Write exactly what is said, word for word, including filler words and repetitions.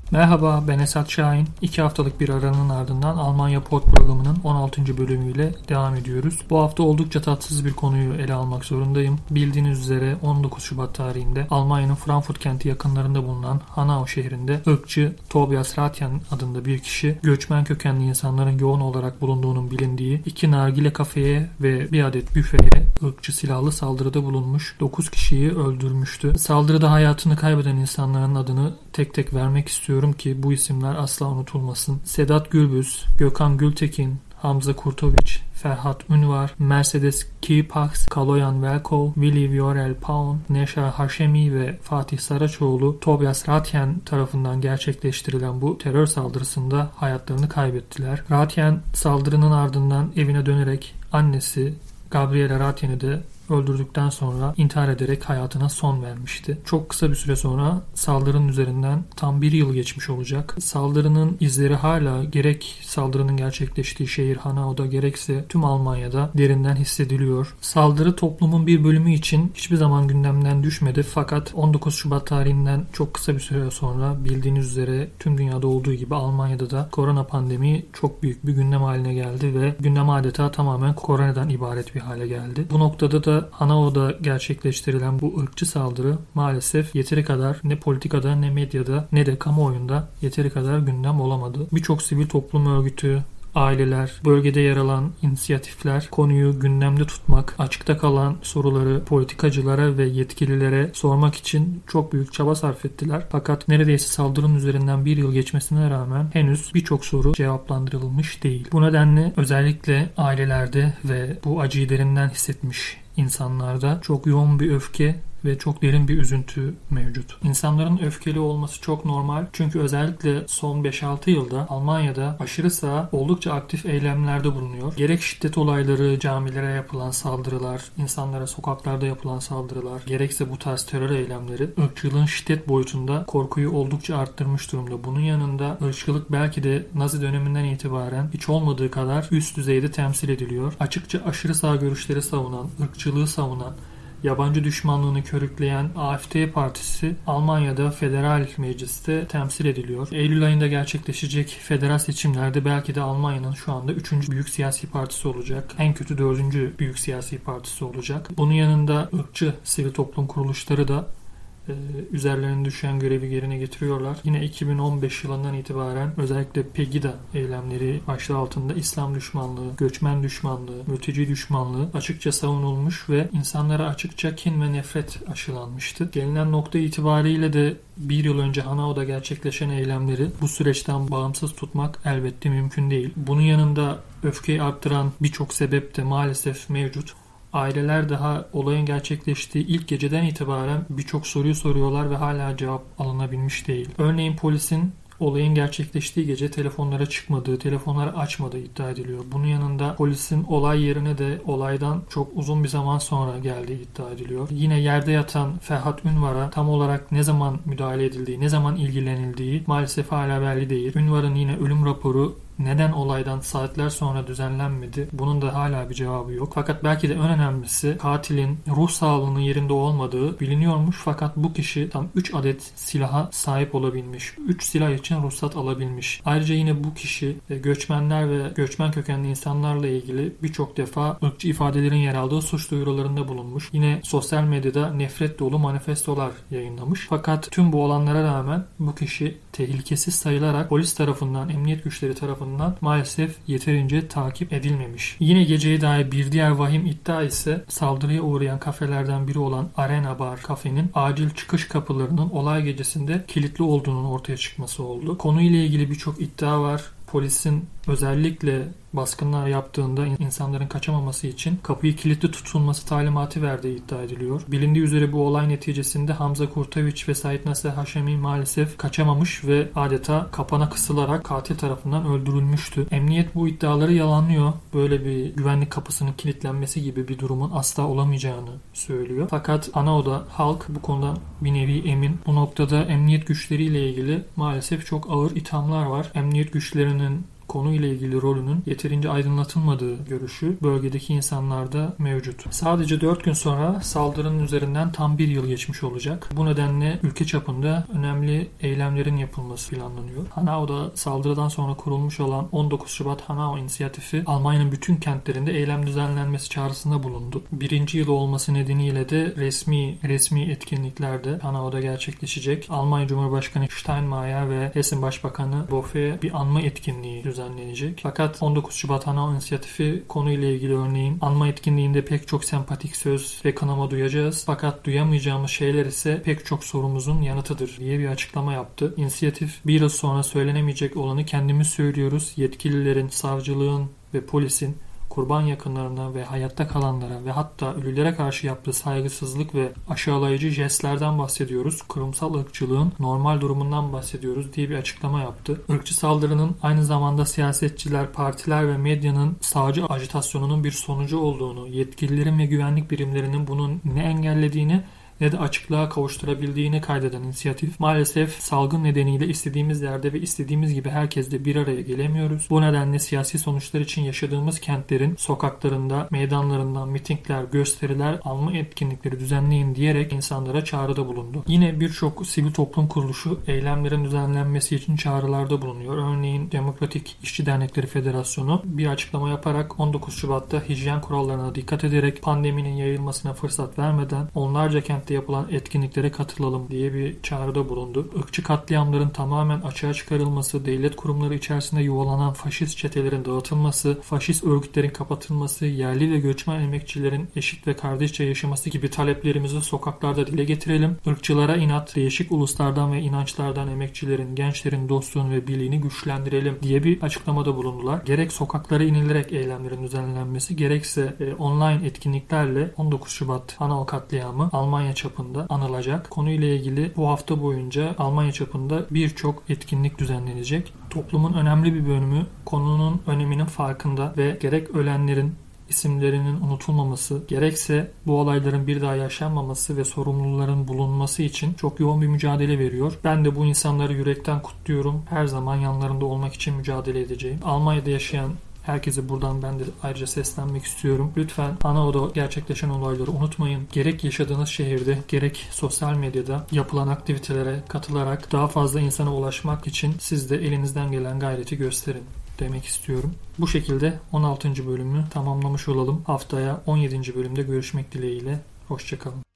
Merhaba, ben Esat Şahin. İki haftalık bir aranın ardından Almanya Pod programının on altıncı bölümüyle devam ediyoruz. Bu hafta oldukça tatsız bir konuyu ele almak zorundayım. Bildiğiniz üzere on dokuz Şubat tarihinde Almanya'nın Frankfurt kenti yakınlarında bulunan Hanau şehrinde ırkçı Tobias Rathjen adında bir kişi göçmen kökenli insanların yoğun olarak bulunduğunun bilindiği iki nargile kafeye ve bir adet büfeye ırkçı silahlı saldırıda bulunmuş, dokuz kişiyi öldürmüştü. Saldırıda hayatını kaybeden insanların adını tek tek vermek istiyorum ki bu isimler asla unutulmasın. Sedat Gürbüz, Gökhan Gültekin, Hamza Kurtoviç, Ferhat Ünvar, Mercedes Kipax, Kaloyan Velkov, Willi Viorel Paun, Neşar Haşemi ve Fatih Saraçoğlu Tobias Rathjen tarafından gerçekleştirilen bu terör saldırısında hayatlarını kaybettiler. Rathjen saldırının ardından evine dönerek annesi Gabriela Rathjen'i de öldürdükten sonra intihar ederek hayatına son vermişti. Çok kısa bir süre sonra saldırının üzerinden tam bir yıl geçmiş olacak. Saldırının izleri hala gerek saldırının gerçekleştiği şehir Hanau'da gerekse tüm Almanya'da derinden hissediliyor. Saldırı toplumun bir bölümü için hiçbir zaman gündemden düşmedi fakat on dokuz Şubat tarihinden çok kısa bir süre sonra bildiğiniz üzere tüm dünyada olduğu gibi Almanya'da da korona pandemi çok büyük bir gündem haline geldi ve gündem adeta tamamen koronadan ibaret bir hale geldi. Bu noktada da Hanau'da gerçekleştirilen bu ırkçı saldırı maalesef yeteri kadar ne politikada ne medyada ne de kamuoyunda yeteri kadar gündem olamadı. Birçok sivil toplum örgütü, aileler, bölgede yer alan inisiyatifler konuyu gündemde tutmak, açıkta kalan soruları politikacılara ve yetkililere sormak için çok büyük çaba sarf ettiler. Fakat neredeyse saldırının üzerinden bir yıl geçmesine rağmen henüz birçok soru cevaplandırılmış değil. Bu nedenle özellikle ailelerde ve bu acıyı derinden hissetmiş insanlarda çok yoğun bir öfke ve çok derin bir üzüntü mevcut. İnsanların öfkeli olması çok normal. Çünkü özellikle son beş altı yılda Almanya'da aşırı sağ oldukça aktif eylemlerde bulunuyor. Gerek şiddet olayları, camilere yapılan saldırılar, insanlara sokaklarda yapılan saldırılar, gerekse bu tarz terör eylemleri ırkçılığın şiddet boyutunda korkuyu oldukça arttırmış durumda. Bunun yanında ırkçılık belki de Nazi döneminden itibaren hiç olmadığı kadar üst düzeyde temsil ediliyor. Açıkça aşırı sağ görüşleri savunan, ırkçılığı savunan, yabancı düşmanlığını körükleyen A F D partisi Almanya'da federal mecliste temsil ediliyor. Eylül ayında gerçekleşecek federal seçimlerde belki de Almanya'nın şu anda üçüncü büyük siyasi partisi olacak. En kötü dördüncü büyük siyasi partisi olacak. Bunun yanında ırkçı sivil toplum kuruluşları da üzerlerine düşen görevi yerine getiriyorlar. Yine iki bin on beş yılından itibaren özellikle Pegida eylemleri başlığı altında İslam düşmanlığı, göçmen düşmanlığı, mülteci düşmanlığı açıkça savunulmuş ve insanlara açıkça kin ve nefret aşılanmıştı. Gelinen nokta itibariyle de bir yıl önce Hanau'da gerçekleşen eylemleri bu süreçten bağımsız tutmak elbette mümkün değil. Bunun yanında öfkeyi arttıran birçok sebep de maalesef mevcut. Aileler daha olayın gerçekleştiği ilk geceden itibaren birçok soruyu soruyorlar ve hala cevap alınabilmiş değil. Örneğin polisin olayın gerçekleştiği gece telefonlara çıkmadığı, telefonları açmadığı iddia ediliyor. Bunun yanında polisin olay yerine de olaydan çok uzun bir zaman sonra geldiği iddia ediliyor. Yine yerde yatan Ferhat Ünvar'a tam olarak ne zaman müdahale edildiği, ne zaman ilgilenildiği maalesef hala belli değil. Ünvar'ın yine ölüm raporu neden olaydan saatler sonra düzenlenmedi? Bunun da hala bir cevabı yok. Fakat belki de en önemlisi katilin ruh sağlığının yerinde olmadığı biliniyormuş. Fakat bu kişi tam üç adet silaha sahip olabilmiş. üç silah için ruhsat alabilmiş. Ayrıca yine bu kişi göçmenler ve göçmen kökenli insanlarla ilgili birçok defa ırkçı ifadelerin yer aldığı suç duyurularında bulunmuş. Yine sosyal medyada nefret dolu manifestolar yayınlamış. Fakat tüm bu olanlara rağmen bu kişi tehlikesiz sayılarak polis tarafından, emniyet güçleri tarafından maalesef yeterince takip edilmemiş. Yine geceye dair bir diğer vahim iddia ise saldırıya uğrayan kafelerden biri olan Arena Bar kafenin acil çıkış kapılarının olay gecesinde kilitli olduğunun ortaya çıkması oldu. Konuyla ilgili birçok iddia var. Polisin özellikle baskınlar yaptığında insanların kaçamaması için kapıyı kilitli tutulması talimatı verdiği iddia ediliyor. Bilindiği üzere bu olay neticesinde Hamza Kurtoviç ve Said Nasser Haşemi maalesef kaçamamış ve adeta kapana kısılarak katil tarafından öldürülmüştü. Emniyet bu iddiaları yalanlıyor. Böyle bir güvenlik kapısının kilitlenmesi gibi bir durumun asla olamayacağını söylüyor. Fakat Hanau'da halk bu konuda bir nevi emin. Bu noktada emniyet güçleriyle ilgili maalesef çok ağır ithamlar var. Emniyet güçlerinin konuyla ilgili rolünün yeterince aydınlatılmadığı görüşü bölgedeki insanlarda mevcut. Sadece dört gün sonra saldırının üzerinden tam bir yıl geçmiş olacak. Bu nedenle ülke çapında önemli eylemlerin yapılması planlanıyor. Hanao'da saldırıdan sonra kurulmuş olan on dokuz Şubat Hanao İnisiyatifi Almanya'nın bütün kentlerinde eylem düzenlenmesi çağrısında bulundu. Birinci yılı olması nedeniyle de resmi resmi etkinlikler de Hanao'da gerçekleşecek. Almanya Cumhurbaşkanı Steinmeier ve Hessen Başbakanı Boff'e bir anma etkinliği düzenlenecek. Fakat on dokuz Şubat Hanao İnisiyatifi konuyla ilgili örneğin anma etkinliğinde pek çok sempatik söz ve kınama duyacağız. Fakat duyamayacağımız şeyler ise pek çok sorumuzun yanıtıdır diye bir açıklama yaptı. İnisiyatif bir yıl sonra söylenemeyecek olanı kendimiz söylüyoruz. Yetkililerin, savcılığın ve polisin kurban yakınlarına ve hayatta kalanlara ve hatta ölülere karşı yaptığı saygısızlık ve aşağılayıcı jestlerden bahsediyoruz. Kurumsal ırkçılığın normal durumundan bahsediyoruz diye bir açıklama yaptı. Irkçı saldırının aynı zamanda siyasetçiler, partiler ve medyanın sağcı ajitasyonunun bir sonucu olduğunu, yetkililerin ve güvenlik birimlerinin bunun ne engellediğini ne de açıklığa kavuşturabildiğini kaydeden inisiyatif, maalesef salgın nedeniyle istediğimiz yerde ve istediğimiz gibi herkesle bir araya gelemiyoruz. Bu nedenle siyasi sonuçlar için yaşadığımız kentlerin sokaklarında, meydanlarından mitingler, gösteriler, alma etkinlikleri düzenleyin diyerek insanlara çağrıda bulundu. Yine birçok sivil toplum kuruluşu eylemlerin düzenlenmesi için çağrılarda bulunuyor. Örneğin Demokratik İşçi Dernekleri Federasyonu bir açıklama yaparak on dokuz Şubat'ta hijyen kurallarına dikkat ederek pandeminin yayılmasına fırsat vermeden onlarca kent yapılan etkinliklere katılalım diye bir çağrıda bulundu. Irkçı katliamların tamamen açığa çıkarılması, devlet kurumları içerisinde yuvalanan faşist çetelerin dağıtılması, faşist örgütlerin kapatılması, yerli ve göçmen emekçilerin eşit ve kardeşçe yaşaması gibi taleplerimizi sokaklarda dile getirelim. Irkçılara inat, değişik uluslardan ve inançlardan emekçilerin, gençlerin dostluğunu ve birliğini güçlendirelim diye bir açıklamada bulundular. Gerek sokaklara inilerek eylemlerin düzenlenmesi, gerekse e, online etkinliklerle on dokuz Şubat Hanau katliamı Almanya çapında anılacak. Konuyla ilgili bu hafta boyunca Almanya çapında birçok etkinlik düzenlenecek. Toplumun önemli bir bölümü konunun öneminin farkında ve gerek ölenlerin isimlerinin unutulmaması, gerekse bu olayların bir daha yaşanmaması ve sorumluların bulunması için çok yoğun bir mücadele veriyor. Ben de bu insanları yürekten kutluyorum. Her zaman yanlarında olmak için mücadele edeceğim. Almanya'da yaşayan herkese buradan ben de ayrıca seslenmek istiyorum. Lütfen Hanao'da gerçekleşen olayları unutmayın. Gerek yaşadığınız şehirde, gerek sosyal medyada yapılan aktivitelere katılarak daha fazla insana ulaşmak için siz de elinizden gelen gayreti gösterin demek istiyorum. Bu şekilde on altıncı bölümü tamamlamış olalım. Haftaya on yedinci bölümde görüşmek dileğiyle. Hoşça kalın.